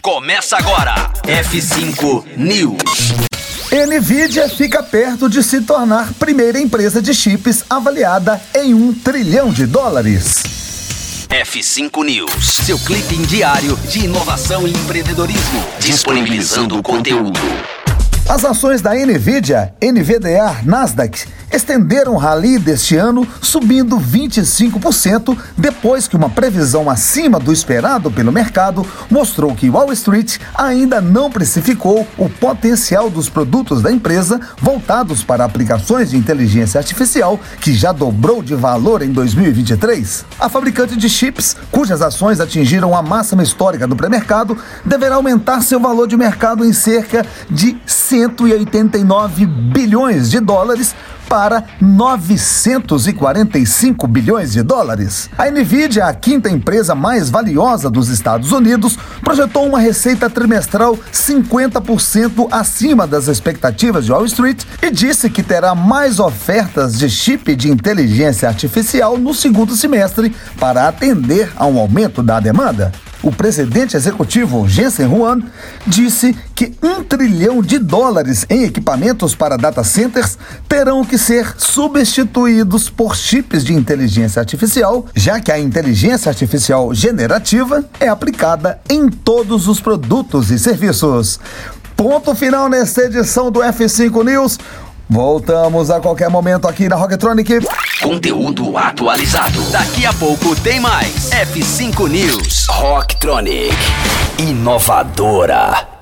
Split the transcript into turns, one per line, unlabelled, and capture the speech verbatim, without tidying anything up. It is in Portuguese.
começa agora. F cinco News.
NVIDIA fica perto de se tornar primeira empresa de chips avaliada em um trilhão de dólares.
F cinco News, seu clipe diário de inovação e empreendedorismo, disponibilizando o conteúdo.
As ações da NVIDIA, N V D A, Nasdaq, estenderam o rally deste ano, subindo vinte e cinco por cento depois que uma previsão acima do esperado pelo mercado mostrou que Wall Street ainda não precificou o potencial dos produtos da empresa voltados para aplicações de inteligência artificial, que já dobrou de valor em dois mil e vinte e três. A fabricante de chips, cujas ações atingiram a máxima histórica do pré-mercado, deverá aumentar seu valor de mercado em cerca de cento e oitenta e nove bilhões de dólares para novecentos e quarenta e cinco bilhões de dólares. A NVIDIA, a quinta empresa mais valiosa dos Estados Unidos, projetou uma receita trimestral cinquenta por cento acima das expectativas de Wall Street e disse que terá mais ofertas de chip de inteligência artificial no segundo semestre para atender a um aumento da demanda. O presidente executivo, Jensen Huang, disse que um trilhão de dólares em equipamentos para data centers terão que ser substituídos por chips de inteligência artificial, já que a inteligência artificial generativa é aplicada em todos os produtos e serviços. Ponto final nesta edição do F cinco News. Voltamos a qualquer momento aqui na Rocktronic.
Conteúdo atualizado. Daqui a pouco tem mais. F cinco News. Rocktronic. Inovadora.